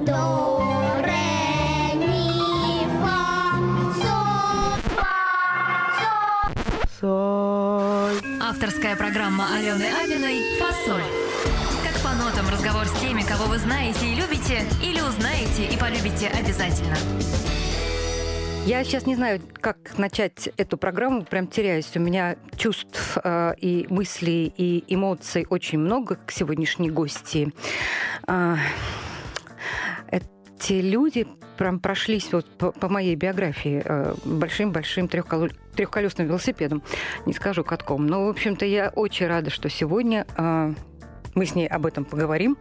до, ре, ми, фа, соль. Авторская программа Алены Апиной «Фасоль». Как по нотам разговор с теми, кого вы знаете и любите, или узнаете и полюбите обязательно. Я сейчас не знаю, как начать эту программу, прям теряюсь. У меня чувств и мыслей, и эмоций очень много к сегодняшней гости. Эти люди прям прошлись вот по моей биографии большим-большим трехколесным велосипедом. Не скажу катком. Но, в общем-то, я очень рада, что сегодня мы с ней об этом поговорим.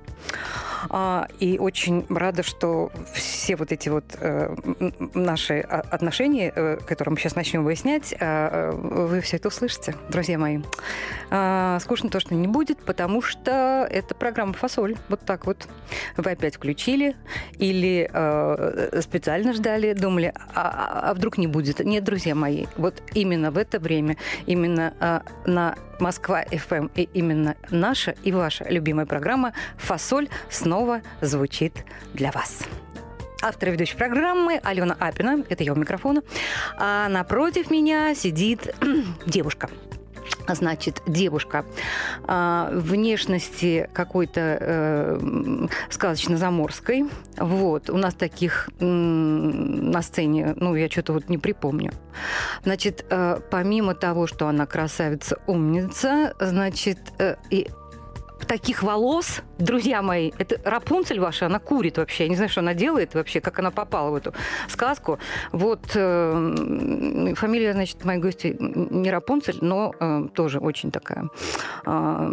И очень рада, что все вот эти вот наши отношения, которые мы сейчас начнем выяснять, вы все это услышите, друзья мои. Скучно точно не будет, потому что это программа «Фасоль». Вот так вот. Вы опять включили или специально ждали, думали, а вдруг не будет. Нет, друзья мои, вот именно в это время, именно на Москва-ФМ и именно наша и ваша любимая программа «Фасоль» снова звучит для вас. Автор и ведущая программы Алена Апина, это я у микрофона, а напротив меня сидит девушка. Значит, девушка внешности какой-то сказочно-заморской. Вот. У нас таких на сцене, я что-то вот не припомню. Значит, помимо того, что она красавица, умница, значит, и таких волос, друзья мои, это Рапунцель ваша, она курит вообще. Я не знаю, что она делает вообще, как она попала в эту сказку. Вот фамилия, значит, моей гости не Рапунцель, но тоже очень такая. Я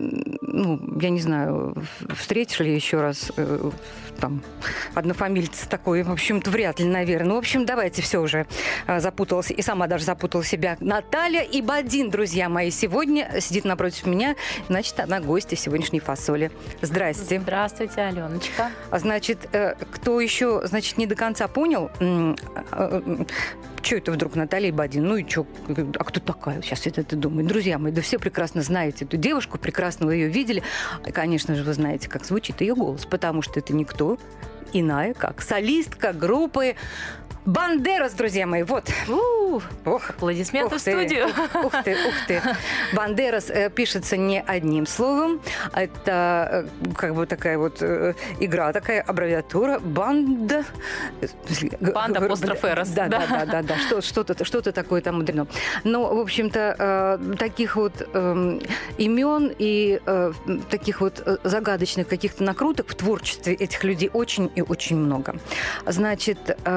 не знаю, встретишь ли еще раз там однофамильца такой, в общем-то, вряд ли, наверное. В общем, давайте, все уже запуталась, и сама даже запутала себя. Наталья Ибадин, друзья мои, сегодня сидит напротив меня, значит, она гостья сегодняшней «Фасоли». Здрасте. Здравствуйте, Аленочка. Значит, кто еще, значит, не до конца понял, что это вдруг Наталья Ибадин? Ну и что? А кто такая? Сейчас это думаю. Друзья мои, да все прекрасно знаете эту девушку, прекрасно вы ее видели. И, конечно же, вы знаете, как звучит ее голос, потому что это никто иная, как солистка группы Бандерас, друзья мои, вот. Аплодисменты в студию. Ух ты. Бандерас пишется не одним словом. Это как бы такая вот игра, такая аббревиатура. Банда апостроф Эрос. Да. Что-то такое там мудрено. Но, в общем-то, таких вот имен и таких вот загадочных каких-то накруток в творчестве этих людей очень и очень много. Значит,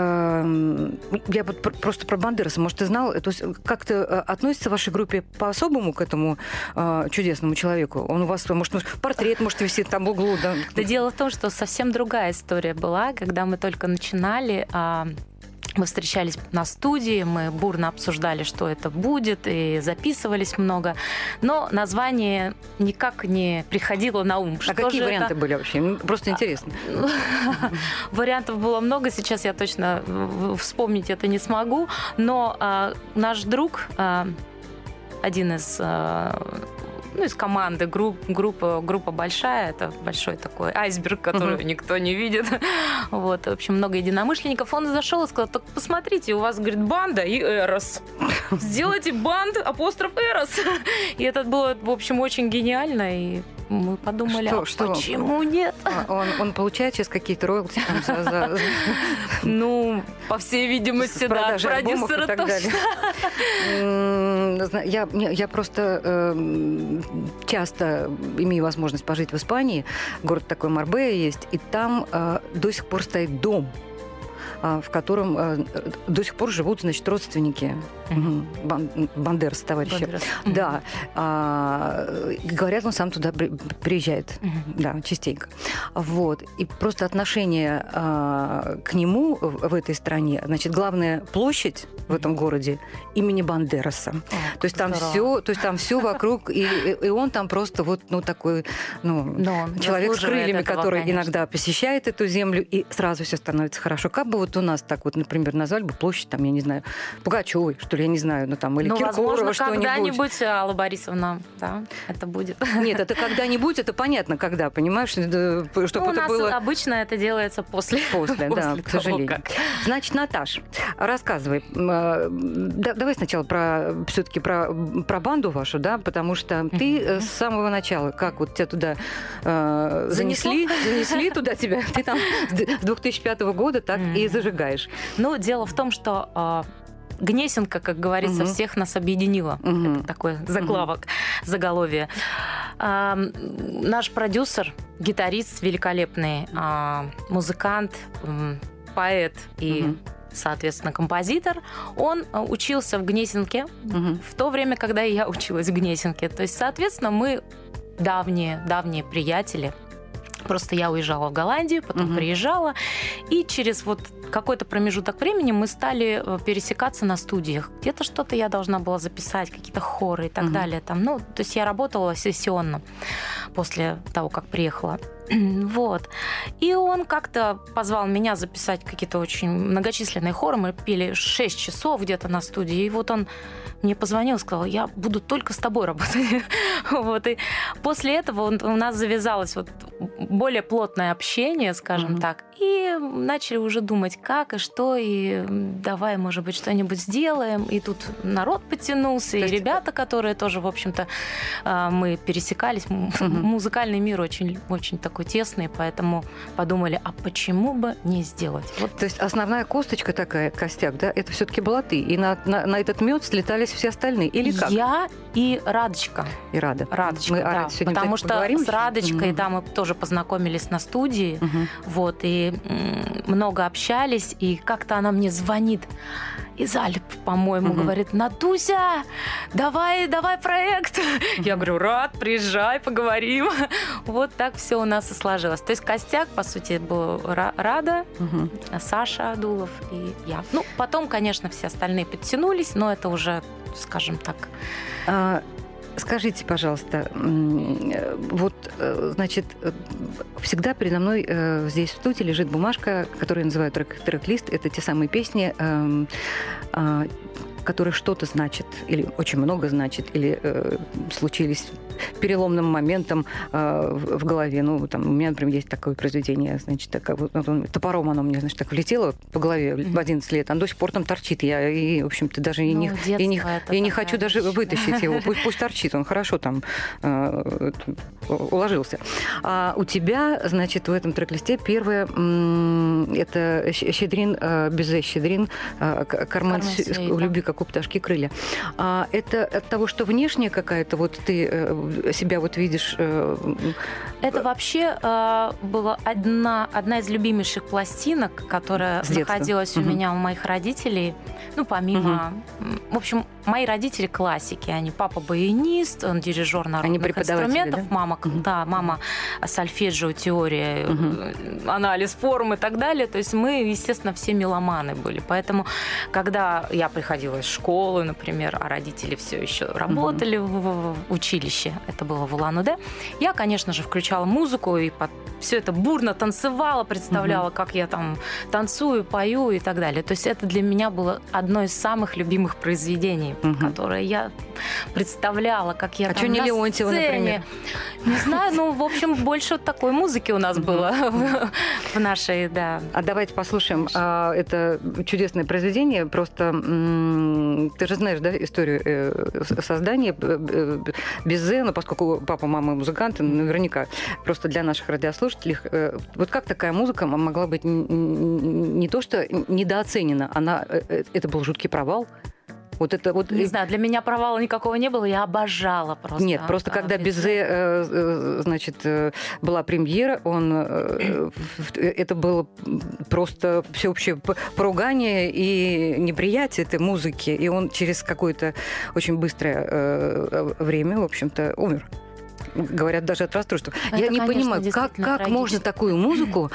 я вот просто про Бандераса, может, ты знал, то есть как-то относится в вашей группе по-особому к этому чудесному человеку? Он у вас, может, портрет, может, висит там в углу? Да? Да, дело в том, что совсем другая история была, когда мы только начинали. Мы встречались на студии, мы бурно обсуждали, что это будет, и записывались много. Но название никак не приходило на ум. А какие варианты были вообще? Просто интересно. Вариантов было много, сейчас я точно вспомнить это не смогу. Но наш друг, один из команды, группа большая, это большой такой айсберг, который никто не видит. Вот, в общем, много единомышленников. Он зашел и сказал: так посмотрите, у вас, говорит, банда и Эрос. Сделайте банд апостроф Эрос. И это было, в общем, очень гениально, и мы подумали, почему нет? Он получает сейчас какие-то роялти за... Ну, по всей видимости, да, продюсеры точно. Я просто часто имею возможность пожить в Испании. Город такой Марбея есть, и там до сих пор стоит дом, в котором до сих пор живут, значит, родственники Бандерас, товарища. Да. Говорят, он сам туда приезжает. Да, частенько. Вот. И просто отношение к нему в этой стране, значит, главная площадь в этом городе имени Бандераса. То есть там все вокруг, и он там просто вот, такой, человек с крыльями, который иногда посещает эту землю, и сразу все становится хорошо. Как бы бы вот у нас так вот, например, назвали бы площадь, там, я не знаю, Пугачевой, что ли, я не знаю, ну там, или Киркорова, возможно, что-нибудь. когда-нибудь, Алла Борисовна, да, это будет. Нет, это когда-нибудь, это понятно, когда, понимаешь, чтобы У это нас было... обычно это делается после. После, да, того, к сожалению. как. Значит, Наташ, рассказывай. Давай сначала все-таки про банду вашу, да, потому что ты с самого начала, как вот тебя туда занесли туда тебя, ты там с 2005 года так и зажигаешь. Ну, дело в том, что Гнесинка, как говорится, всех нас объединила. Это такой заголовие. Наш продюсер, гитарист великолепный, музыкант, поэт и, соответственно, композитор, он учился в Гнесинке в то время, когда и я училась в Гнесинке. То есть, соответственно, мы давние приятели. Просто я уезжала в Голландию, потом приезжала, и через вот какой-то промежуток времени мы стали пересекаться на студиях. Где-то что-то я должна была записать, какие-то хоры и так далее. Там, ну, то есть я работала сессионно после того, как приехала. Вот. И он как-то позвал меня записать какие-то очень многочисленные хоры. Мы пели 6 часов где-то на студии. И вот он мне позвонил и сказал: я буду только с тобой работать. Вот. И после этого у нас завязалось вот более плотное общение, скажем так. И начали уже думать, как и что, и давай, может быть, что-нибудь сделаем. И тут народ подтянулся, и ребята, которые тоже, в общем-то, мы пересекались. Музыкальный мир очень, очень такой тесный, поэтому подумали, а почему бы не сделать? Вот. То есть основная косточка такая, костяк, да, это все-таки была ты. И на этот мед слетались все остальные. Или как? Я и Радочка. И Рада. Радочка, мы да. Потому что с Радочкой, да, мы тоже познакомились на студии, вот, и много общались, и как-то она мне звонит из Альп, по-моему, говорит: Натуся, давай проект. Я говорю: рад, приезжай, поговорим. Вот так все у нас и сложилось. То есть костяк, по сути, был Рада, Саша Адулов и я. Ну, потом, конечно, все остальные подтянулись, но это уже, скажем так... Скажите, пожалуйста, вот, значит, всегда передо мной здесь в студии лежит бумажка, которую я называю трек-лист. Это те самые песни, которые что-то значат, или очень много значат, или случились переломным моментом в голове. Ну, там, у меня, например, есть такое произведение, значит, топором оно мне, значит, так влетело по голове в 11 лет, оно до сих пор там торчит. Я, и, в общем-то, даже и не хочу даже вытащить его. Пусть торчит, он хорошо там уложился. А у тебя, значит, в этом трек-листе первое, это «Щедрин», «Безе Щедрин», «Кармен в любви, как у пташки крылья». Это от того, что внешне какая-то, вот ты себя вот видишь... Это вообще была одна из любимейших пластинок, которая находилась у меня, у моих родителей. Ну, помимо... В общем, мои родители классики. Они папа баянист, он дирижер народных инструментов, да? Мама сольфеджио, теория, анализ форм и так далее. То есть мы, естественно, все меломаны были. Поэтому, когда я приходила из школы, например, а родители все еще работали в училище, это было в Улан-Удэ, я, конечно же, включала музыку и все это бурно танцевала, представляла, как я там танцую, пою и так далее. То есть это для меня было одно из самых любимых произведений, которое я представляла, как я там что не на Леонтьева, сцене. Например? Не знаю, ну, в общем, больше такой музыки у нас было в нашей, да. А давайте послушаем это чудесное произведение. Просто ты же знаешь, да, историю создания Безе, но поскольку папа, мама музыканты, наверняка просто для наших радиослушателей, вот как такая музыка могла быть не то что недооценена, это был жуткий провал. Вот это вот... Не знаю, для меня провала никакого не было, я обожала просто. Нет, просто когда Безе, значит, была премьера, это было просто всеобщее поругание и неприятие этой музыки, и он через какое-то очень быстрое время, в общем-то, умер. говорят даже от расстройства. Это, Я не конечно, понимаю, действительно как можно трагично. такую музыку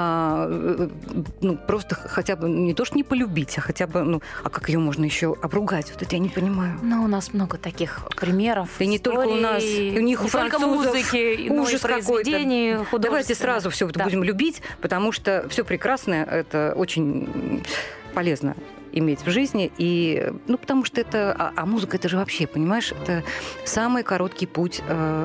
просто хотя бы не то, что не полюбить, а хотя бы, а как ее можно еще обругать? Вот это я не понимаю. Ну, у нас много таких примеров. И не только у нас, историй, у них у не только французов музыки, но и ужас какой-то. произведений художественных. Давайте сразу все это Да. будем любить, потому что все прекрасное, это очень полезно иметь в жизни. И, потому что это... А музыка, это же вообще, понимаешь, это самый короткий путь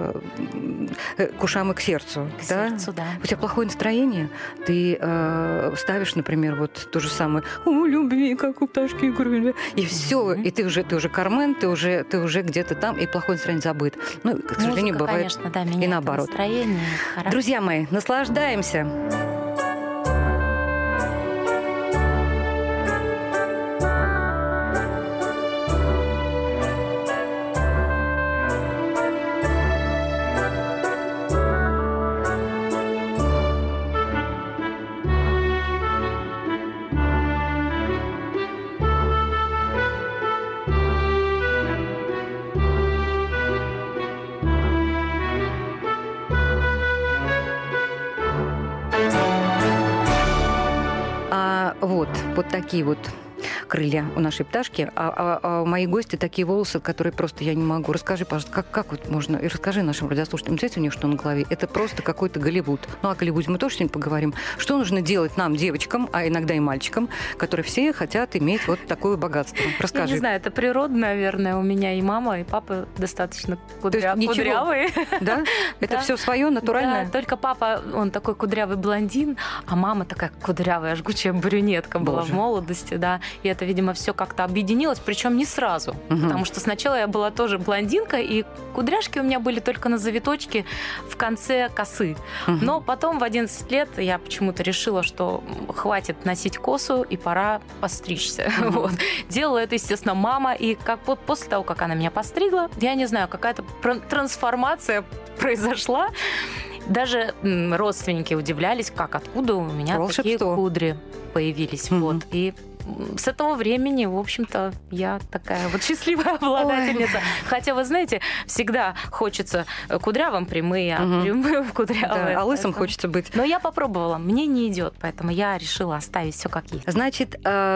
к ушам и к сердцу. К сердцу, да. У тебя плохое настроение, ты ставишь, например, вот то же самое «О, любви, как у пташки игры», и все, и ты уже Кармен, ты уже где-то там, и плохое настроение забыт. К сожалению, Музыка, бывает конечно, да, меняет и наоборот. настроение, характер. Друзья мои, наслаждаемся. Вот такие вот крылья у нашей пташки, а у моей гости такие волосы, которые просто я не могу. Расскажи, пожалуйста, как вот можно, и расскажи нашим радиослушателям, знаете, у них что на голове? Это просто какой-то Голливуд. О Голливуде мы тоже сегодня поговорим. Что нужно делать нам, девочкам, а иногда и мальчикам, которые все хотят иметь вот такое богатство? Расскажи. Я не знаю, это природа, наверное. У меня и мама, и папа достаточно кудрявые. Да? Это Да. все свое, натуральное? Да, только папа, он такой кудрявый блондин, а мама такая кудрявая, жгучая брюнетка была Боже. в молодости, да. И это, видимо, все как-то объединилось, причем не сразу. Мгм. Потому что сначала я была тоже блондинка, и кудряшки у меня были только на завиточке в конце косы. Мгм. Но потом в 11 лет я почему-то решила, что хватит носить косу и пора постричься. Мгм. Вот. Делала это, естественно, мама. И после того, как она меня постригла, я не знаю, какая-то трансформация произошла. Даже родственники удивлялись, откуда у меня Волшебство. такие кудри появились. Мгм. Вот. И с этого времени, в общем-то, я такая вот счастливая обладательница. Хотя, вы знаете, всегда хочется кудрявым прямые, а Мгм. прямым кудрявые. Да, а лысым Поэтому- хочется быть. Но я попробовала, мне не идет, поэтому я решила оставить все как есть. Значит,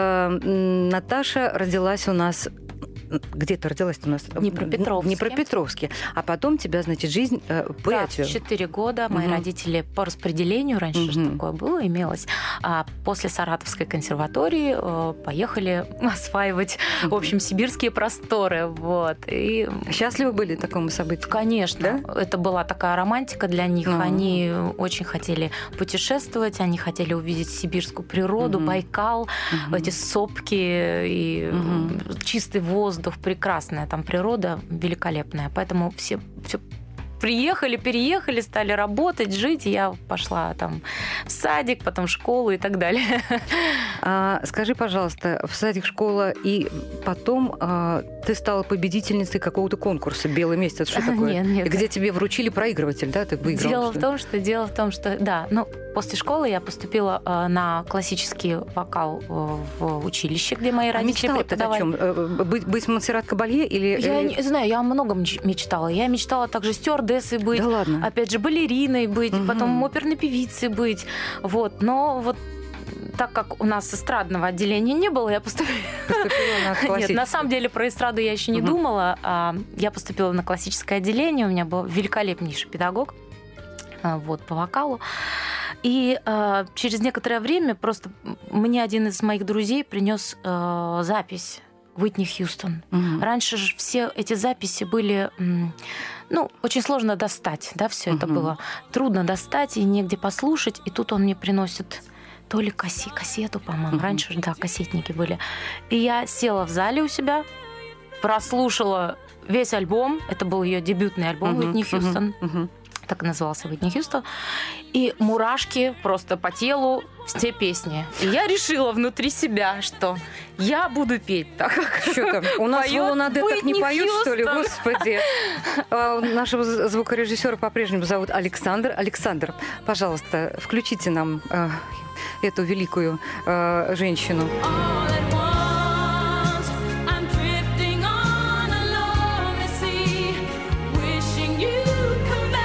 Наташа родилась у нас... Где ты родилась у нас? В Днепропетровске. В Днепропетровске. А потом тебя, значит, жизнь Бурятию. Да, в 4 года мои Мгм. родители по распределению, раньше же Мгм. такое было, имелось, после Саратовской консерватории поехали осваивать, в общем, сибирские просторы. Вот. И, Счастливы были такому событию? конечно, это была такая романтика для них. Ну. Они очень хотели путешествовать, они хотели увидеть сибирскую природу, Мгм. Байкал, Мгм. эти сопки и Мгм. чистый воздух, прекрасная там природа, великолепная. Поэтому все приехали, переехали, стали работать, жить. И я пошла там в садик, потом в школу и так далее. Скажи, пожалуйста, в садик, школа, и потом ты стала победительницей какого-то конкурса «Белый месяц». Это что такое? Нет. И где тебе вручили проигрыватель, да? Ты выиграла? Дело в том, что да, после школы я поступила на классический вокал в училище, где мои родители Мечтала ты о преподавали. чем? Быть Монсеррат Кабалье или... Я не знаю, я о многом мечтала. Я мечтала также стюардессой быть, Да ладно. опять же, балериной быть, Мгм. потом оперной певицей быть. Вот. Но вот так как у нас эстрадного отделения не было, я поступила... Поступила на Нет, классический. на самом деле про эстраду я еще не Мгм. думала. Я поступила на классическое отделение, у меня был великолепнейший педагог по вокалу. И через некоторое время просто мне один из моих друзей принес запись Уитни Хьюстон. Мгм. Раньше же все эти записи были, очень сложно достать, да, все это Мгм. было трудно достать и негде послушать. И тут он мне приносит то ли кассету, по-моему. Мгм. Раньше же, да, кассетники были. И я села в зале у себя, прослушала весь альбом. Это был ее дебютный альбом Мгм. Уитни Хьюстон. Мгм. Так и назывался Уитни Хьюстон. И мурашки просто по телу, все песни. И я решила внутри себя, что я буду петь так, как Что там? У нас поёт Лунаде так не Уитни поют, что ли? Хьюстон. Господи. Нашего звукорежиссера по-прежнему зовут Александр. Александр, пожалуйста, включите нам эту великую женщину. All at once, I'm drifting on a lonely sea, wishing you'd come back.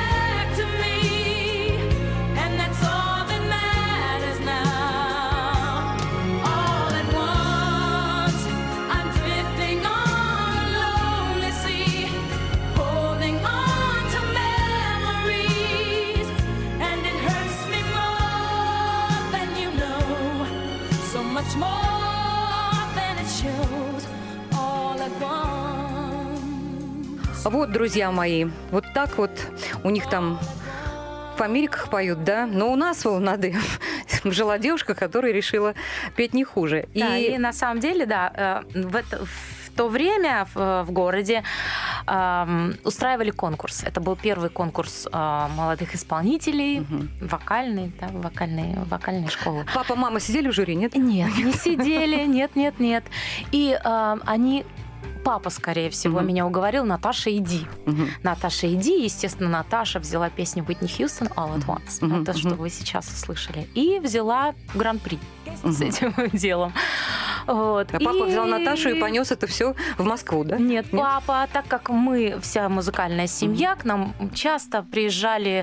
much more than it shows all at once. Вот, друзья мои, вот так вот у них там в Америках поют, да? Но у нас в Улан-Удэ жила девушка, которая решила петь не хуже. Да, и на самом деле, да, в то время в городе устраивали конкурс. Это был первый конкурс молодых исполнителей, вокальной школы. Папа, мама сидели в жюри, нет? Нет, не сидели, нет. И они... Папа, скорее всего, меня уговорил: Наташа, иди. Наташа, иди. Естественно, Наташа взяла песню Уитни Хьюстон «All at Once». Это, что вы сейчас услышали. И взяла гран-при с этим делом. Вот. А папа взял Наташу и понес это все в Москву, да? Нет, папа, так как мы, вся музыкальная семья, к нам часто приезжали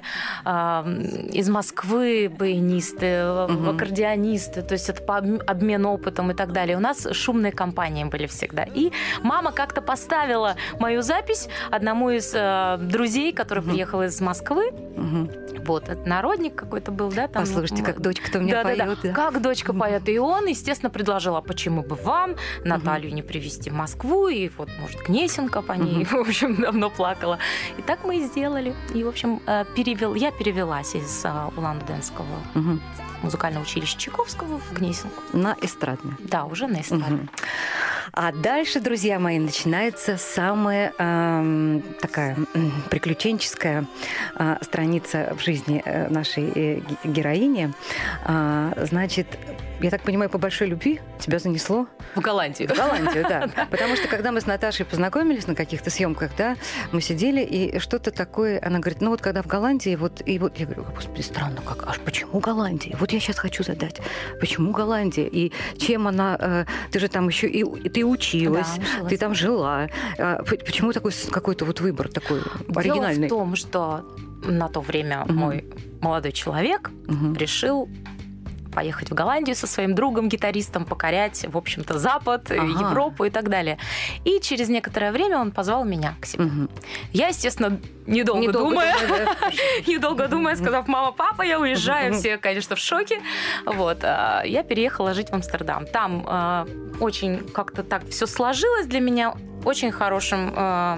из Москвы баянисты, аккордеонисты, то есть это по обмену опытом и так далее. У нас шумные компании были всегда. И мама как-то поставила мою запись одному из друзей, который приехал из Москвы. Вот, это народник какой-то был, да? Там, послушайте, как дочка-то у меня поет. Да. Как дочка поет. И он, естественно, предложил: а почему бы вам Наталью не привезти в Москву? И вот, может, Гнесинка по ней, в общем, давно плакала. И так мы и сделали. И, в общем, я перевелась из Улан-Удэнского музыкального училища Чайковского в Гнесинку. На эстрадное. Да, уже на эстрадное. А дальше, друзья мои, начинается самая такая приключенческая страница в жизни нашей героини. Значит, я так понимаю, по большой любви тебя занесло в Голландию. В Голландию, да. Потому что, когда мы с Наташей познакомились на каких-то съемках, да, мы сидели, и что-то такое, она говорит: ну вот когда в Голландии, вот я говорю: господи, странно, как, аж почему Голландия? Вот я сейчас хочу задать, почему Голландия? И чем она, ты же там еще и ты училась, Да, ты там жила. Почему такой какой-то вот выбор такой оригинальный? Дело в том, что на то время мой молодой человек решил поехать в Голландию со своим другом-гитаристом, покорять, в общем-то, Запад, Европу и так далее. И через некоторое время он позвал меня к себе. Я, естественно, недолго думая, сказав: мама, папа, я уезжаю. Все, конечно, в шоке. Вот. Я переехала жить в Амстердам. Там очень как-то так все сложилось для меня очень хорошим...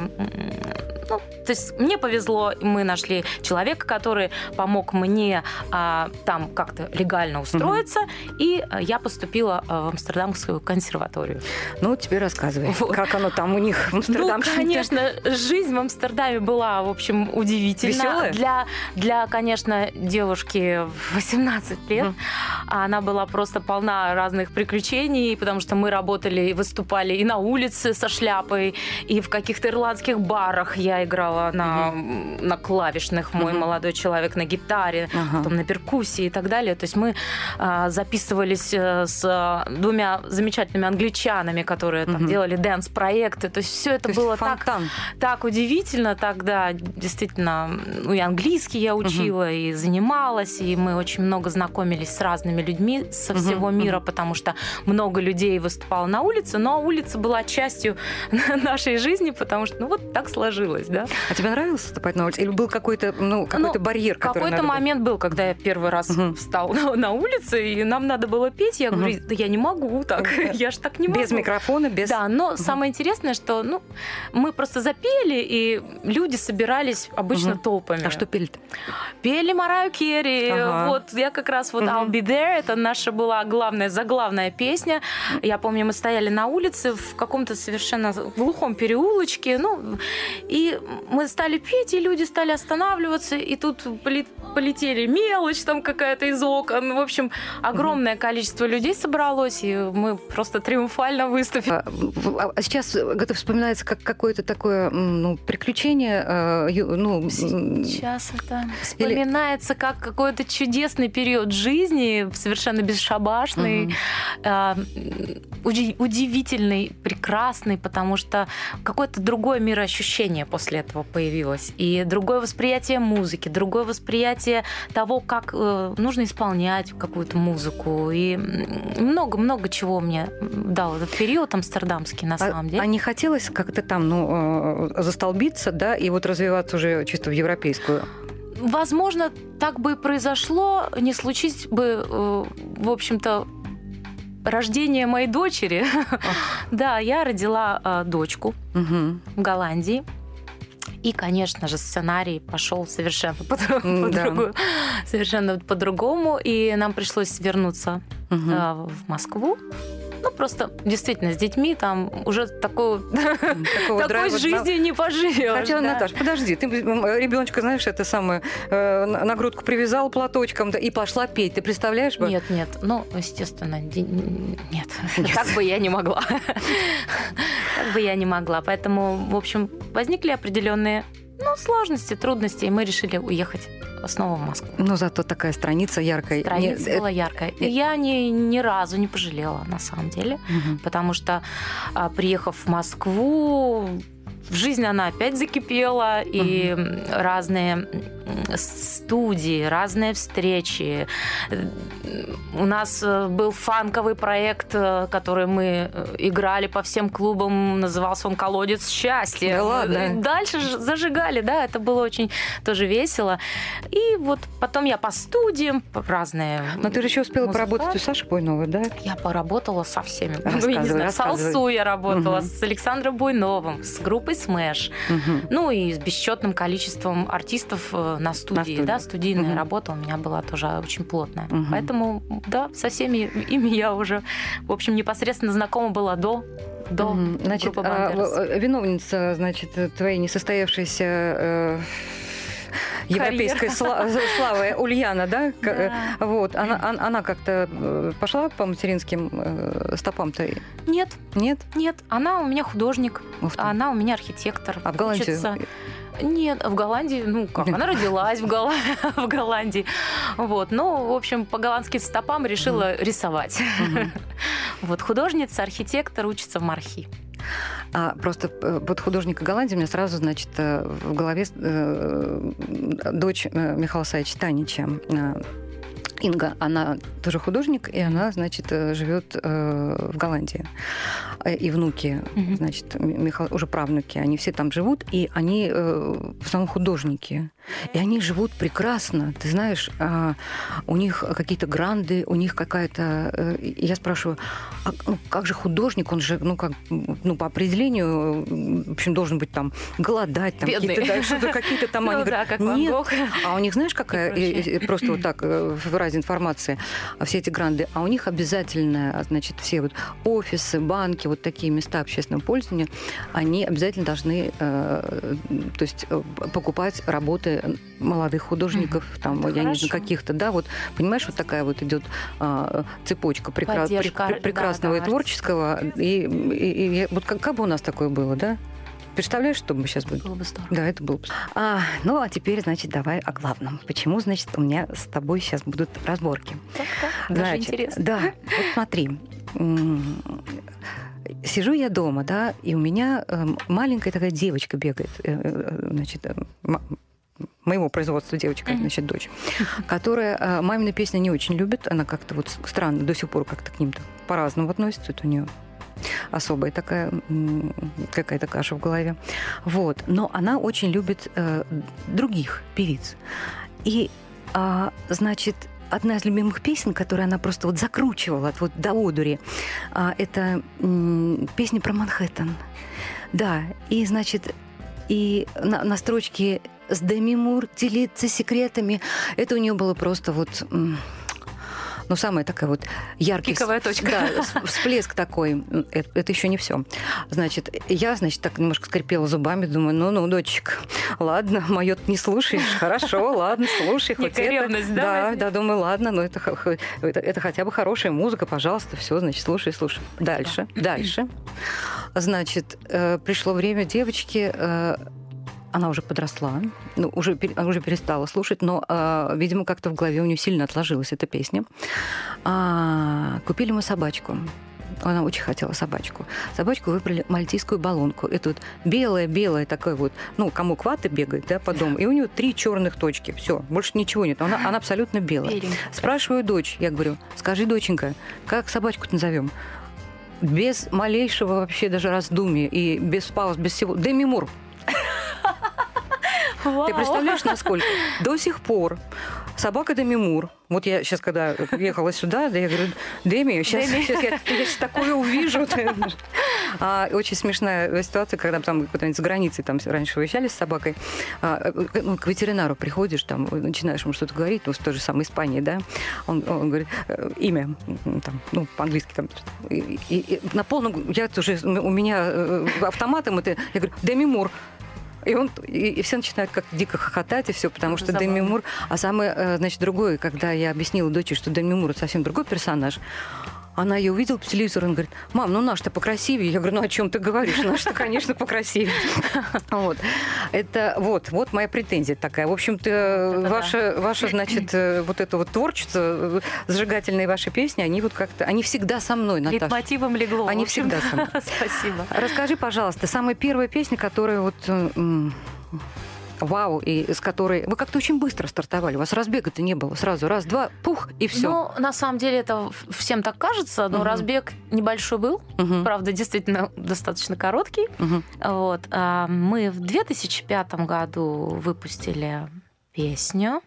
то есть мне повезло, мы нашли человека, который помог мне там как-то легально устроиться, и я поступила в Амстердамскую консерваторию. Ну, теперь рассказывай, как оно там у них в Амстердаме. Ну, конечно, жизнь в Амстердаме была, в общем, удивительна. Веселая? Для, конечно, девушки в 18 лет. Она была просто полна разных приключений, потому что мы работали и выступали и на улице со шляпой, и в каких-то ирландских барах я играла на клавишных, мой молодой человек на гитаре, потом на перкуссии и так далее. То есть мы записывались с двумя замечательными англичанами, которые там делали дэнс-проекты. То есть все это было так удивительно тогда. Действительно, ну, и английский я учила, и занималась, и мы очень много знакомились с разными людьми со всего мира, потому что много людей выступало на улице, но улица была частью нашей жизни, потому что, ну, вот так сложилось, да. А тебе нравилось выступать на улице? Или был какой-то барьер, который какой-то момент был, когда я первый раз встал на улице, и нам надо было петь. Я говорю: да я не могу так, я ж так не могу. Без микрофона, без... Да, но самое интересное, что мы просто запели, и люди собирались обычно толпами. А что пели-то? Пели Мараю Керри. Вот я как раз I'll Be There, это наша была заглавная песня. Я помню, мы стояли на улице в каком-то совершенно глухом переулочке, и мы стали петь, и люди стали останавливаться, и тут полетели мелочь там какая-то из окон. В общем, огромное количество людей собралось, и мы просто триумфально выступили. А сейчас это вспоминается как какое-то такое приключение? Сейчас это вспоминается как какой-то чудесный период жизни, совершенно бесшабашный, удивительный, прекрасный, потому что какое-то другое мироощущение после этого появилось. И другое восприятие музыки, другое восприятие того, как нужно исполнять какую-то музыку. И много-много чего мне дал этот период амстердамский, на самом деле. А не хотелось как-то там застолбиться, да, и вот развиваться уже чисто в европейскую? Возможно, так бы и произошло, не случись бы, в общем-то, рождение моей дочери. Да, я родила дочку Мгм. в Голландии. И, конечно же, сценарий пошел совершенно Да. совершенно по-другому. И нам пришлось вернуться Мгм. в Москву. Ну, просто действительно, с детьми там уже такой Такого драйва, да. жизнью не поживешь. Хотя, да. Наташ, подожди, ты ребеночка, знаешь, это самое, на грудку привязал платочком да, и пошла петь. Ты представляешь? бы? Нет, ну, естественно, нет. Так бы я не могла. Так бы я не могла. Поэтому, в общем, возникли определенные сложности, трудности, и мы решили уехать снова в Москву. Но зато такая страница яркая. Страница была яркая. И я ни разу не пожалела, на самом деле, Мгм. потому что, приехав в Москву, в жизнь она опять закипела, и разные студии, разные встречи. У нас был фанковый проект, который мы играли по всем клубам, назывался он «Колодец счастья». Да ладно? И дальше зажигали, да, это было очень тоже весело. И вот потом я по студиям, разные. Но ты же еще успела поработать у Саши Буйновой, да? Я поработала со всеми. Рассказывай, Я не знаю, с рассказывай. Алсу я работала, Мгм. с Александром Буйновым, с группой Smash. Мгм. Ну и с бесчетным количеством артистов на студии. студии. Да, студийная Мгм. работа у меня была тоже очень плотная. Мгм. Поэтому, да, со всеми ими я уже, в общем, непосредственно знакома была до Мгм. Значит, группы Бандерас. виновница, значит, твоей несостоявшейся европейской славы Ульяна, да? Вот, она как-то пошла по материнским стопам-то? Нет, Нет? она у меня художник, Ух ты. она у меня архитектор. А в Голландии? Учится. Нет, в Голландии, она родилась в Голландии. Вот, в общем, по голландским стопам решила рисовать. Вот, художница, архитектор, учится в Мархи. Просто вот художника Голландии у меня сразу, значит, в голове дочь Михаила Саевича Танича. Инга, она тоже художник, и она, значит, живет в Голландии. И внуки, Мгм. значит, уже правнуки, они все там живут, и они в основном художники. И они живут прекрасно. Ты знаешь, у них какие-то гранды, у них какая-то... Я спрашиваю, как же художник? Он же, по определению, в общем, должен быть там голодать, там Бедный. какие-то, да, что-то какие-то там... Они говорят, как Ван нет. Гог. А у них, знаешь, какая, просто вот так, в разе информации, все эти гранды, а у них обязательно, значит, все вот офисы, банки, вот такие места общественного пользования, они обязательно должны, то есть, покупать работы молодых художников, там, Это я не хорошо. знаю, каких-то, да, вот, понимаешь, вот такая вот идет цепочка Поддержка, прекрасного да, и творческого, и вот как бы у нас такое было, да? Представляешь, что мы сейчас будем? Было бы здорово. Да, это было бы. А теперь, значит, давай о главном. Почему, значит, у меня с тобой сейчас будут разборки? Даже Значит, интересно. Да, вот смотри. Сижу я дома, да, и у меня маленькая такая девочка бегает, значит, моего производства девочка, значит, дочь, которая мамины песни не очень любит, она как-то вот странно до сих пор как-то к ним-то по-разному относится, это у нее особая такая какая-то каша в голове. Вот. Но она очень любит других певиц. И, значит, одна из любимых песен, которую она просто вот закручивала вот до одури, это песня про Манхэттен. Да, и, значит, и на строчке «С Деми Мур делиться секретами», это у нее было просто вот... самая такая вот яркая... Пиковая точка. Да, всплеск такой. Это еще не все. Значит, я, так немножко скрипела зубами, думаю, дочечка, ладно, моё не слушаешь, хорошо, ладно, слушай. Хоть Некая ревность, да, Да, думаю, ладно, но это хотя бы хорошая музыка, пожалуйста, все, значит, слушай. Дальше. Значит, пришло время девочки... Она уже подросла, уже перестала слушать, но, видимо, как-то в голове у нее сильно отложилась эта песня. Купили мы собачку. Она очень хотела собачку. Собачку выбрали мальтийскую баллонку. Это вот белая такая вот, комок ваты бегает, да, по дому. И у нее 3 черных точки. Все, больше ничего нет. Она абсолютно белая. Беленькая. Спрашиваю дочь, я говорю, скажи, доченька, как собачку-то назовем? Без малейшего вообще даже раздумья и без пауз, без всего. Деми Мур. Ты представляешь, насколько? До сих пор Собака Деми Мур. Вот я сейчас, когда ехала сюда, да, я говорю, Деми, сейчас я сейчас такое увижу. Очень смешная ситуация, когда там куда-нибудь за границей там раньше уезжали с собакой. К ветеринару приходишь, там начинаешь ему что-то говорить, ну, в той же самой Испании, да, он говорит, имя, там, ну, по-английски там, и на полном, я тоже, у меня автоматом это, я говорю, Деми Мур. И все начинают как дико хохотать, и все, потому что Забавно. Деми Мур... А самое, значит, другое, когда я объяснила дочери, что Деми Мур — это совсем другой персонаж, она ее увидела по телевизору, она говорит, мам, ну наш-то покрасивее. Я говорю, ну о чем ты говоришь? Наш-то, конечно, покрасивее. Вот. Это вот моя претензия такая. В общем-то, ваше, значит, вот это вот творчество, зажигательные ваши песни, они вот как-то, они всегда со мной, Наташа. Лейтмотивом легло. Они в общем. всегда со мной. Спасибо. Расскажи, пожалуйста, самая первая песня, которая вот... Вау, и с которой... Вы как-то очень быстро стартовали, у вас разбега-то не было. Сразу раз, два, пух, и все. Ну, на самом деле, это всем так кажется, но разбег небольшой был. Правда, действительно, достаточно короткий. Вот. Мы в 2005 году выпустили песню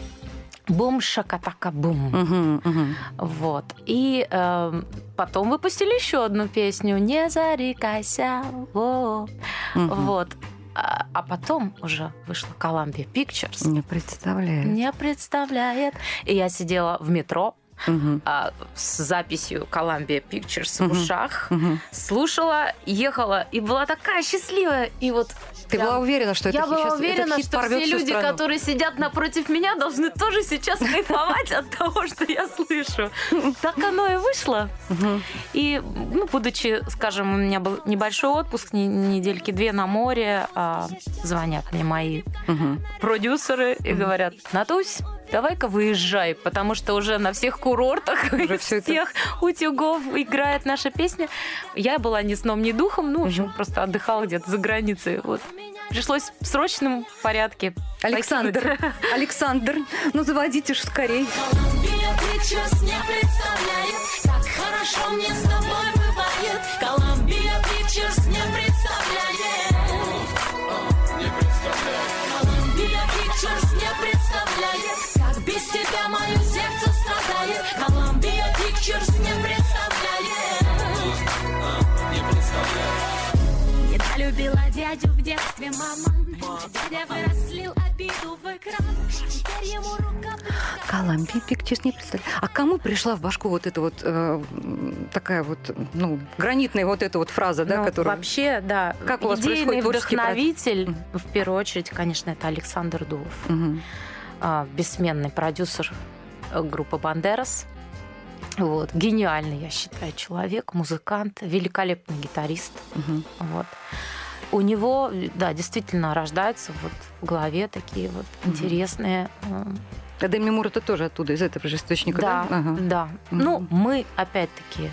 «Бум-шакатака-бум». Вот. И потом выпустили еще одну песню «Не зарекайся». Вот. А потом уже вышла Columbia Pictures. Не представляю. Не представляет. И я сидела в метро с записью Columbia Pictures в ушах, слушала, ехала, и была такая счастливая. И вот Ты была уверена, что это я была сейчас уверена, этот хит что порвёт все всю люди, страну? которые сидят напротив меня, должны тоже сейчас кайфовать от того, что я слышу. Так оно и вышло. И, ну, будучи, скажем, у меня был небольшой отпуск, недельки 2 на море, звонят мне мои продюсеры и говорят: Натусь, давай-ка выезжай, потому что уже на всех курортах, Уже из всё это- всех утюгов играет наша песня. Я была ни сном, ни духом, ну, в общем, просто отдыхала где-то за границей. Вот. Пришлось в срочном порядке Александр, Александр, ну заводите же скорей. Columbia Pictures не представляет, как хорошо мне с тобой бывает. Columbia Pictures не представляет. Columbia Pictures не представляет, как без тебя мое сердце страдает. Columbia Pictures не представляет. Недолюбила дядю в детстве мама. Дядя вырослил обиду в экран. Теперь ему рука Columbia Pictures не представляю. А кому пришла в башку вот эта вот такая вот, ну, гранитная вот эта вот фраза, да, Ну, которая... вообще, да. Как у вас идейный происходит творческий вдохновитель, в первую очередь, конечно, это Александр Дулов. Мгм. Бессменный продюсер группы «Бандерас». Вот. Гениальный, я считаю, человек, музыкант, великолепный гитарист. Мгм. Вот. У него, да, действительно рождаются вот в голове такие вот интересные... А Деми Мур это тоже оттуда, из этого же источника, да? Да, Ага. да. Мгм. Ну, мы, опять-таки,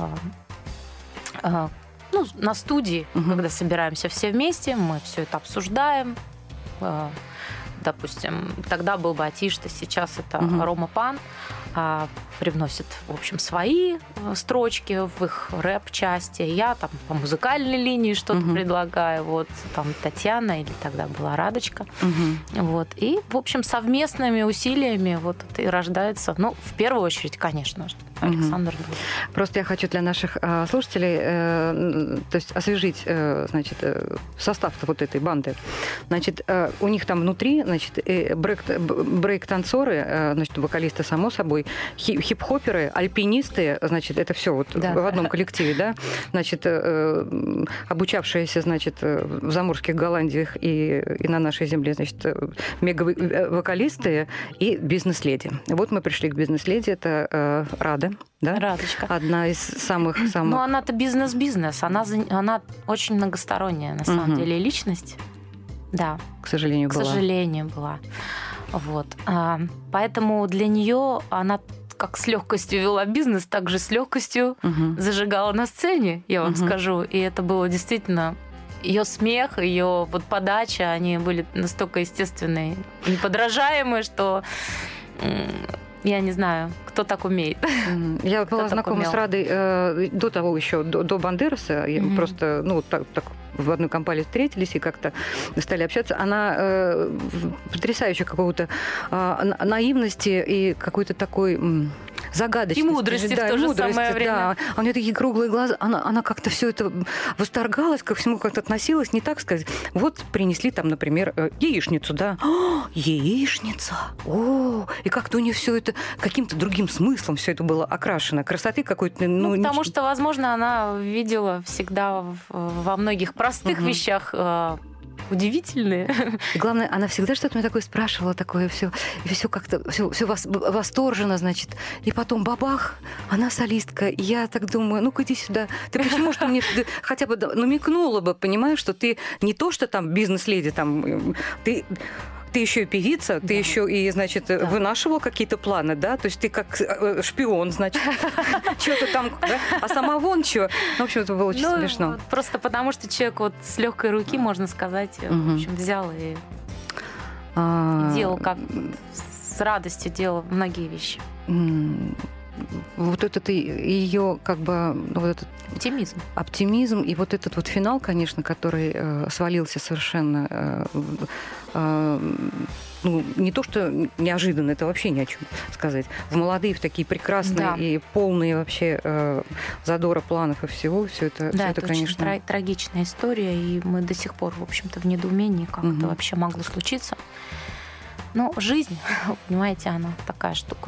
ну, на студии, когда собираемся все вместе, мы все это обсуждаем. Допустим, тогда был Батишта, сейчас это Рома Пан. Привносит, в общем, свои строчки в их рэп-части. Я там по музыкальной линии что-то предлагаю. Вот там Татьяна или тогда была Радочка. Вот. И, в общем, совместными усилиями вот это и рождается, ну, в первую очередь, конечно, Александр Дулов. Просто я хочу для наших слушателей, то есть освежить, значит, состав вот этой банды. Значит, у них там внутри, значит, брейк-танцоры, значит, вокалисты, само собой, хип-хоперы, альпинисты, значит, это все вот Да. в одном коллективе, да, значит, обучавшиеся, значит, в заморских Голландиях и на нашей земле, значит, мега-вокалисты и бизнес-леди. Вот мы пришли к бизнес-леди, это Рада, да? Радочка. Одна из самых... Ну, она-то бизнес-бизнес. Она очень многосторонняя, на самом деле, личность. Да, к сожалению, к была. сожалению, была. Вот. Поэтому для нее она как с легкостью вела бизнес, так же с легкостью зажигала на сцене, я вам скажу. И это было действительно... Ее смех, ее вот подача, они были настолько естественные, неподражаемые, что я не знаю, кто так умеет. Я была так знакома умел? с Радой до того еще, до Бандераса. Я просто, ну, так в одной компании встретились и как-то стали общаться. Она потрясающая какого-то наивности и какой-то такой загадочности. И мудрости в то же самое время. Да. А у нее такие круглые глаза. Она как-то все это восторгалась, ко всему как-то относилась, не так сказать. Вот принесли там, например, яичницу, да. Яичница! О! И как-то у нее все это каким-то другим смыслом все это было окрашено. Красоты какой-то... потому что, возможно, она видела всегда во многих простых вещах удивительные. И главное, она всегда что-то мне такое спрашивала, такое все как-то, все восторженно, значит. И потом бабах, она солистка. И я так думаю, ну-ка иди сюда. Ты почему что мне хотя бы намекнула бы, понимаешь, что ты не то, что там бизнес-леди, там, ты еще и певица, ты еще и, значит, вынашивала какие-то планы, да? То есть ты как шпион, значит, что-то там, да? А сама вон что. В общем, это было очень смешно. Просто потому, что человек вот с легкой руки, можно сказать, в общем, взял и делал, как с радостью делал многие вещи. Вот этот ее как бы вот этот оптимизм и вот этот вот финал, конечно, который свалился совершенно не то что неожиданно, это вообще ни о чем сказать. В молодые, в такие прекрасные и полные вообще задора, планов и всего, все это, конечно, очень трагичная история, и мы до сих пор, в общем-то, в недоумении, как это вообще могло случиться. Но жизнь, понимаете, она такая штука.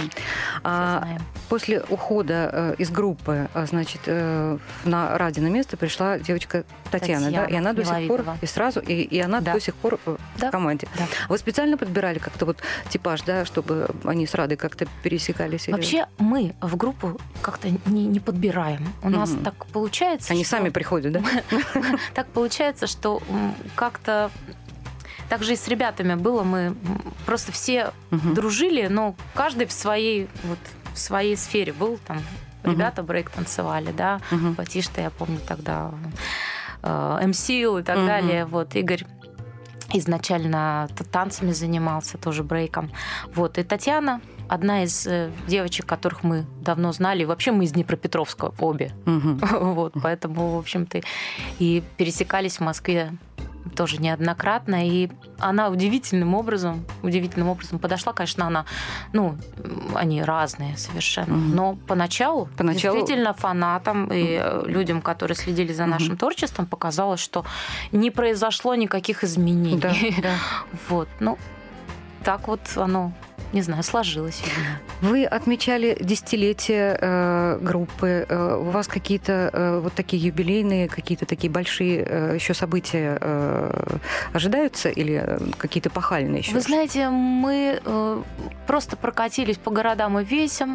После ухода из группы, значит, на Радино место пришла девочка Татьяна, да? И она до сих пор, и сразу, и она до сих пор в команде. Да. Вы специально подбирали как-то вот типаж, да, чтобы они с Радой как-то пересекались? Вообще мы в группу как-то не подбираем. У нас так получается, они сами приходят, да? Так получается, что как-то... Так же и с ребятами было, мы просто все дружили, но каждый в своей сфере был. Там ребята брейк танцевали, да, Батишта, я помню тогда, МСИЛ и так далее. Вот, Игорь изначально танцами занимался, тоже брейком. Вот, и Татьяна, одна из девочек, которых мы давно знали, вообще мы из Днепропетровска обе. Вот, поэтому, в общем-то, и пересекались в Москве тоже неоднократно, и она удивительным образом подошла. Конечно, она, они разные совершенно, но поначалу действительно фанатам и людям, которые следили за нашим творчеством, показалось, что не произошло никаких изменений. Да. Вот, так вот оно, не знаю, сложилось. Вы отмечали десятилетие группы. У вас какие-то вот такие юбилейные, какие-то такие большие еще события ожидаются или какие-то эпохальные еще? Вы знаете, мы просто прокатились по городам и весям,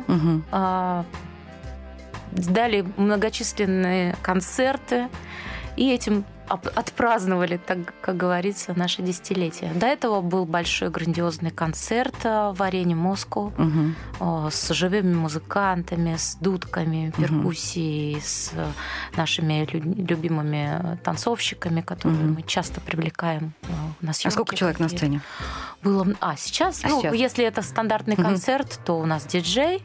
дали многочисленные концерты, и этим отпраздновали, так как говорится, наше десятилетие. До этого был большой грандиозный концерт в арене Москва с живыми музыкантами, с дудками, перкуссией, с нашими любимыми танцовщиками, которые мы часто привлекаем на съемки. А сколько человек на сцене? Было... Сейчас? Сейчас? Если это стандартный концерт, то у нас диджей,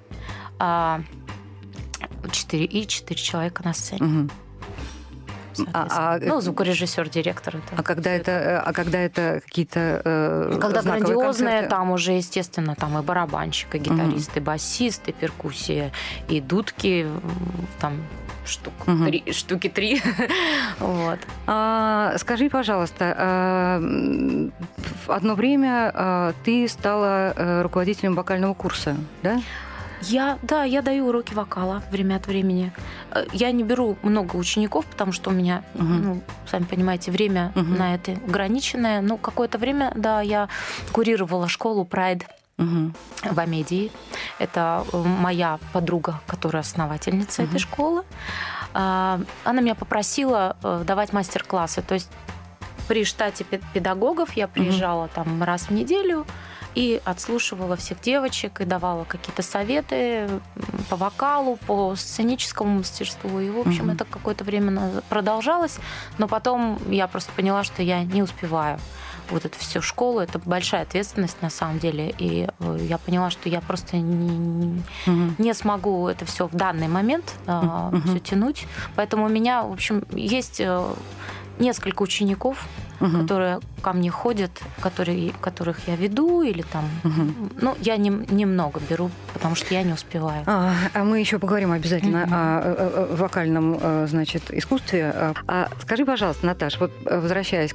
4 человека на сцене. Звукорежиссер, директор. А когда это какие-то когда грандиозные, концерты? Там уже, естественно, там и барабанщик, и гитарист, и басист, и перкуссия, и дудки, там штуки 3. Вот. Скажи, пожалуйста, одно время ты стала руководителем вокального курса, да? Я даю уроки вокала время от времени. Я не беру много учеников, потому что у меня, сами понимаете, время на это ограниченное. Но какое-то время, я курировала школу Pride в Амедии. Это моя подруга, которая основательница этой школы. Она меня попросила давать мастер-классы. То есть при штате педагогов я приезжала там раз в неделю и отслушивала всех девочек и давала какие-то советы по вокалу, по сценическому мастерству. И, в общем, это какое-то время продолжалось. Но потом я просто поняла, что я не успеваю вот эту всю школу. Это большая ответственность на самом деле. И я поняла, что я просто не смогу это все в данный момент все тянуть. Поэтому у меня, в общем, есть несколько учеников, которые ко мне ходят, которых я веду, или там... Ну, я немного беру, потому что я не успеваю. А мы еще поговорим обязательно о вокальном, значит, искусстве. Скажи, пожалуйста, Наташ, вот возвращаясь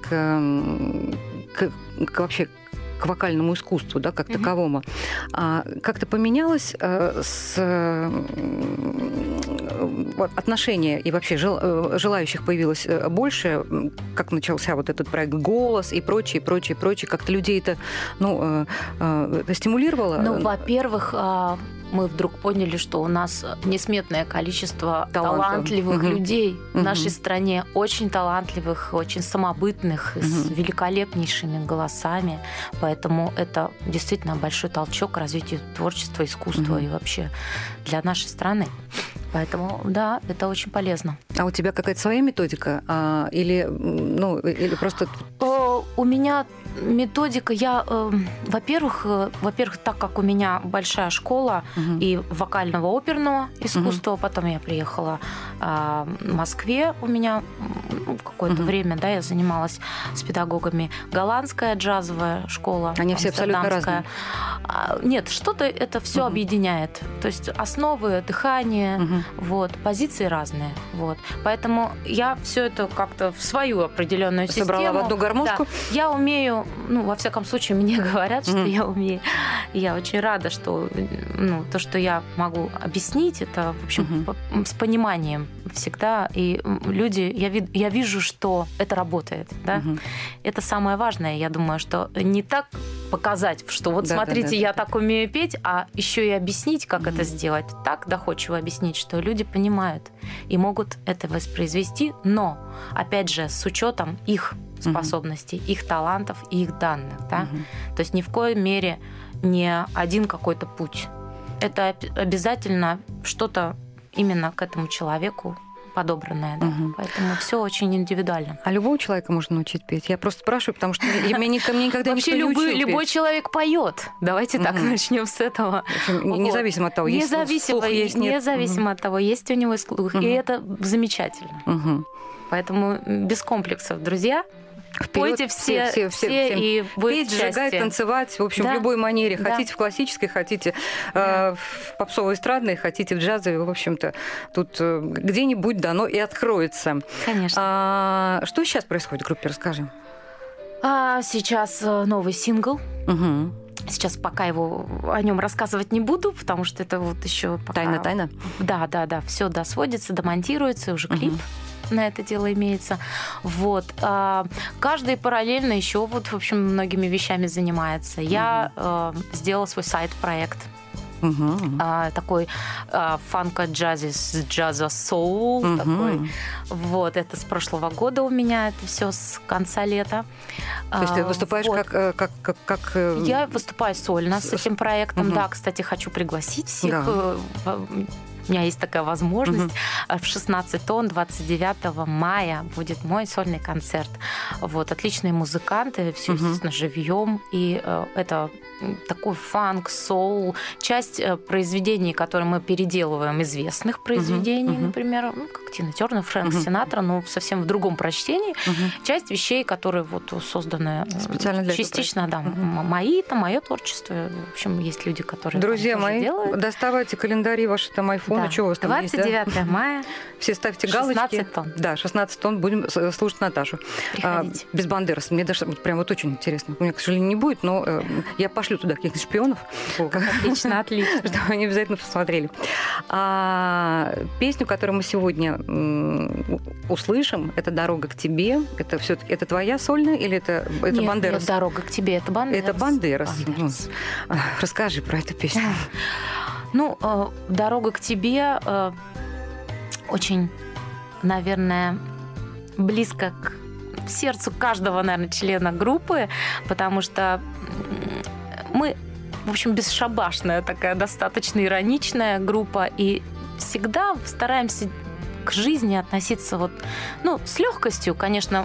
вообще к вокальному искусству, да, как таковому, как-то поменялось отношение и вообще желающих появилось больше, как начался вот этот проект «Голос» и прочее. Как-то людей это, стимулировало? Ну, во-первых, мы вдруг поняли, что у нас несметное количество талантливых людей в нашей стране, очень талантливых, очень самобытных, с великолепнейшими голосами. Поэтому это действительно большой толчок к развитию творчества, искусства и вообще для нашей страны. Поэтому, да, это очень полезно. А у тебя какая-то своя методика? Или просто... У меня методика, во-первых, так как у меня большая школа и вокального оперного искусства, потом я приехала в Москве, у меня какое-то время, да, я занималась с педагогами. Голландская джазовая школа. Они все абсолютно разные. Нет, что-то это все объединяет. То есть основы, дыхание, позиции разные. Поэтому я все это как-то в свою определенную систему. Собрала в одну гармошку? Да. Я умею, во всяком случае, мне говорят, что я умею. И я очень рада, что то, что я могу объяснить, это, в общем, с пониманием всегда. И люди, я вижу, что это работает. Да? Это самое важное. Я думаю, что не так показать, что смотрите, я так умею петь, а еще и объяснить, как это сделать. Так доходчиво объяснить, что люди понимают и могут это воспроизвести, но, опять же, с учетом их способностей, их талантов и их данных. Да? То есть ни в коей мере не один какой-то путь. Это обязательно что-то именно к этому человеку подобранное. Да? Поэтому все очень индивидуально. А любого человека можно научить петь? Я просто спрашиваю, потому что меня никогда вообще никто не учил петь. Любой человек поет. Давайте так начнем с этого. Независимо от того, есть слух, есть нет. Независимо от того, есть у него слух. И это замечательно. Поэтому без комплексов, друзя. Пойте все и будете петь, сжигать, танцевать, в общем, в любой манере. Хотите в классической, хотите в попсово-эстрадной, хотите в джазовой, в общем-то, тут где-нибудь дано и откроется. Конечно. Что сейчас происходит в группе, расскажи. Сейчас новый сингл. Сейчас пока о нем рассказывать не буду, потому что это еще пока... Тайна. Да. Все досводится, домонтируется, уже клип на это дело имеется. Каждый параллельно еще в общем, многими вещами занимается. Я сделала свой сайт-проект. Такой фанко-джазис, джаза-соул. Это с прошлого года у меня, это все с конца лета. То есть ты выступаешь как... Я выступаю сольно с этим проектом. Да, кстати, хочу пригласить всех. У меня есть такая возможность. В 16 тонн 29 мая будет мой сольный концерт. Отличные музыканты, все, естественно, живьем. И это такой фанк, соул. Часть произведений, которые мы переделываем, известных произведений, например, как Тина Тернер, Фрэнк Синатра, но совсем в другом прочтении. Часть вещей, которые созданы специально для частично, мое творчество. В общем, есть люди, которые друзья мои, делают. Доставайте календари ваши, там, айфоны. Да. Что у вас там 29 есть, мая. Все ставьте галочки. 16 тонн. Да, 16 тонн будем слушать Наташу. Приходите. Без Бандерас. Мне даже прям очень интересно. У меня, к сожалению, не будет, но я пошлю туда каких-то шпионов. Отлично. Чтобы они обязательно посмотрели. Песню, которую мы сегодня услышим, это «Дорога к тебе». Это все-таки это твоя сольная или это Бандерас? Нет, «Дорога к тебе» это Бандерас. Это Бандерас. Расскажи про эту песню. «Дорога к тебе» очень, наверное, близко к сердцу каждого, наверное, члена группы, потому что мы, в общем, бесшабашная такая, достаточно ироничная группа, и всегда стараемся к жизни относиться с легкостью, конечно,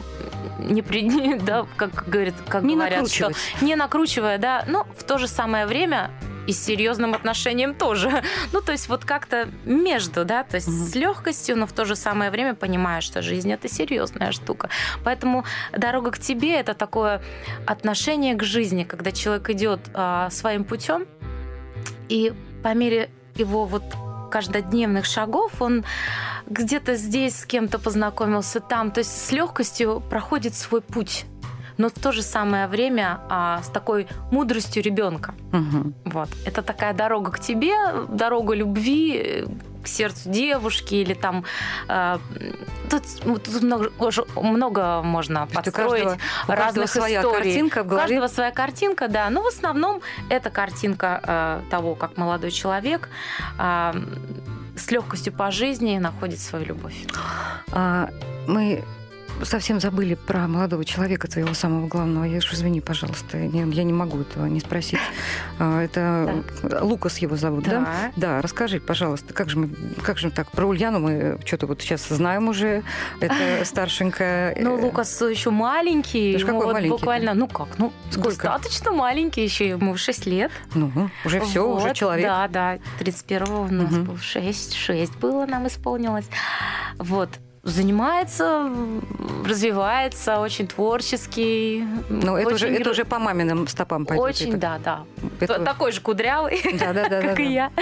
как говорят, что не накручивая, да, но в то же самое время и с серьезным отношением тоже. Ну, то есть вот как-то между, да, то есть с легкостью, но в то же самое время понимаешь, что жизнь — это серьезная штука. Поэтому «Дорога к тебе» — это такое отношение к жизни, когда человек идет своим путем, и по мере его вот каждодневных шагов он где-то здесь с кем-то познакомился, там, то есть с легкостью проходит свой путь, но в то же самое время с такой мудростью ребенка. Вот. Это такая дорога к тебе, дорога любви к сердцу девушки, или там тут много можно построить разных своя историй. Картинка в голове. У каждого своя картинка, да. Но в основном это картинка того, как молодой человек с легкостью по жизни находит свою любовь. Мы совсем забыли про молодого человека, твоего самого главного. Я уж извини, пожалуйста, я не могу этого не спросить. Это Лукас его зовут, да? Да, расскажи, пожалуйста, как же так? Про Ульяну мы что-то вот сейчас знаем уже. Это старшенькая. Ну, Лукас еще маленький. Какой вот маленький? Буквально, сколько? Достаточно маленький, еще ему 6 лет. Ну, уже все, вот, уже человек. Да, 31-го у нас был 6 было, нам исполнилось. Вот. Занимается, развивается, очень творческий. Ну, это уже по маминым стопам пойдет. Очень, да. Такой же кудрявый, как и я.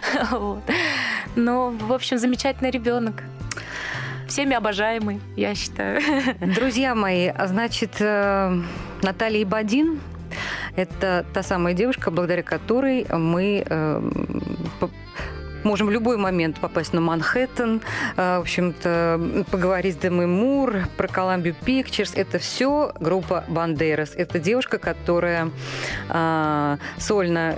Ну, в общем, замечательный ребенок. Всеми обожаемый, я считаю. Друзья мои, значит, Наталья Ибадин – это та самая девушка, благодаря которой мы можем в любой момент попасть на Манхэттен, в общем-то, поговорить с Деми Мур, про Columbia Pictures. Это все группа Бандерас. Это девушка, которая сольно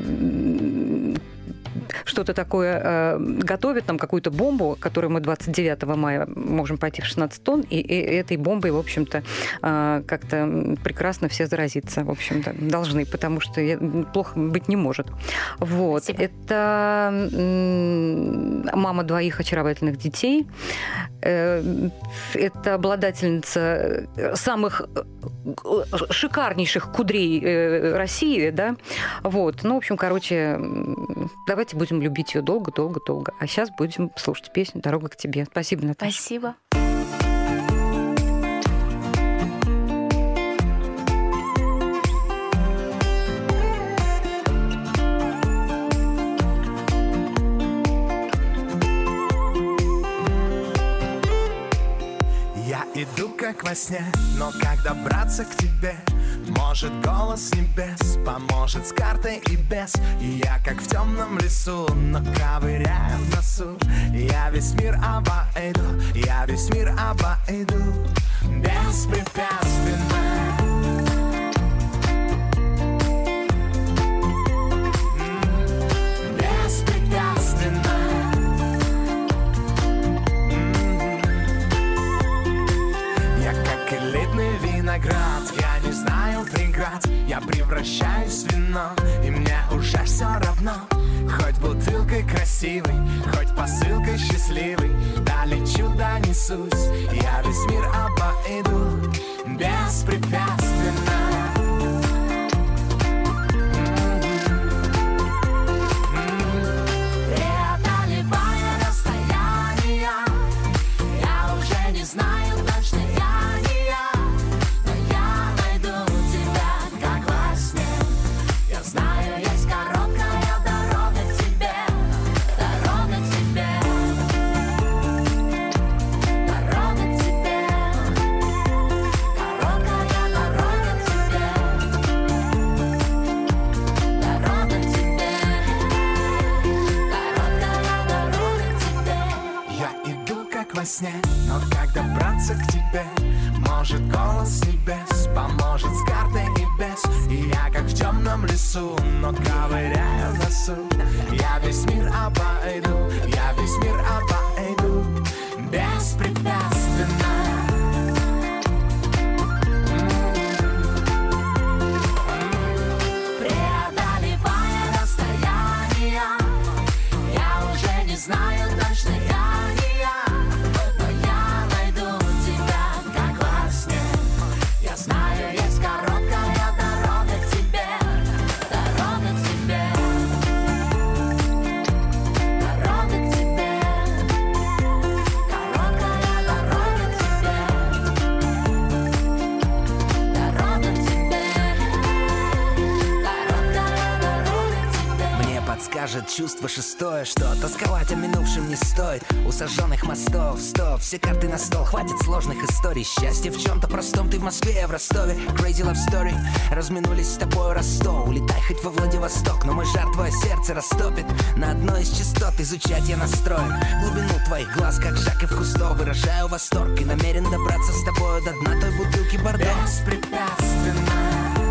что-то такое готовит, нам какую-то бомбу, которую мы 29 мая можем пойти в 16 тонн, и этой бомбой, в общем-то, как-то прекрасно все заразиться, в общем-то, должны, потому что плохо быть не может. Вот. Спасибо. Это мама 2 очаровательных детей. Это обладательница самых шикарнейших кудрей России, да. Вот. Ну, в общем, короче, давайте будем любить ее долго-долго-долго. А сейчас будем слушать песню «Дорога к тебе». Спасибо, Наташа. Спасибо. Я иду как во сне, но как добраться к тебе? Может, голос с небес поможет с картой и без. И я как в темном лесу, но ковыряю в носу. Я весь мир обойду, я весь мир обойду беспрепятственно. Беспрепятственно. Я как элитный виноград, я не знаю преград. Я превращаюсь в вино, и мне уже все равно. Хоть бутылкой красивой, хоть посылкой счастливой. Да лечу, да несусь, я весь мир обойду беспрепятственно. Преодолевая расстояния, я уже не знаю точно, я не я. Но я найду тебя, как во сне. Я знаю, есть короткая дорога к тебе. Дорога к тебе. Дорога к тебе. Короткая дорога к тебе. Дорога к тебе. Короткая дорога к тебе. Я иду как во сне, но как добраться к тебе? Может, голос с небес поможет с картой и без. И я как в темном лесу, но ковыряю в носу. Я весь мир обойду, я весь мир обойду беспрепятственно. Преодолевая расстояния, я уже не знаю точно, я не я. Но я найду тебя, как во сне. Я знаю, есть короткая дорога к тебе. Дорога к тебе. чувство шестое, что тосковать о минувшем не стоит. У сожженных мостов, стоп, все карты на стол, хватит сложных историй. Счастье в чем-то простом, ты в Москве, я в Ростове. Crazy love story, разминулись с тобой раз 100. Улетай хоть во Владивосток, но мой жар твое сердце растопит. На одной из частот изучать я настроен. Глубину твоих глаз, как Жаков Кусто, выражаю восторг и намерен добраться с тобою до дна той бутылки Бордо. Беспрепятственно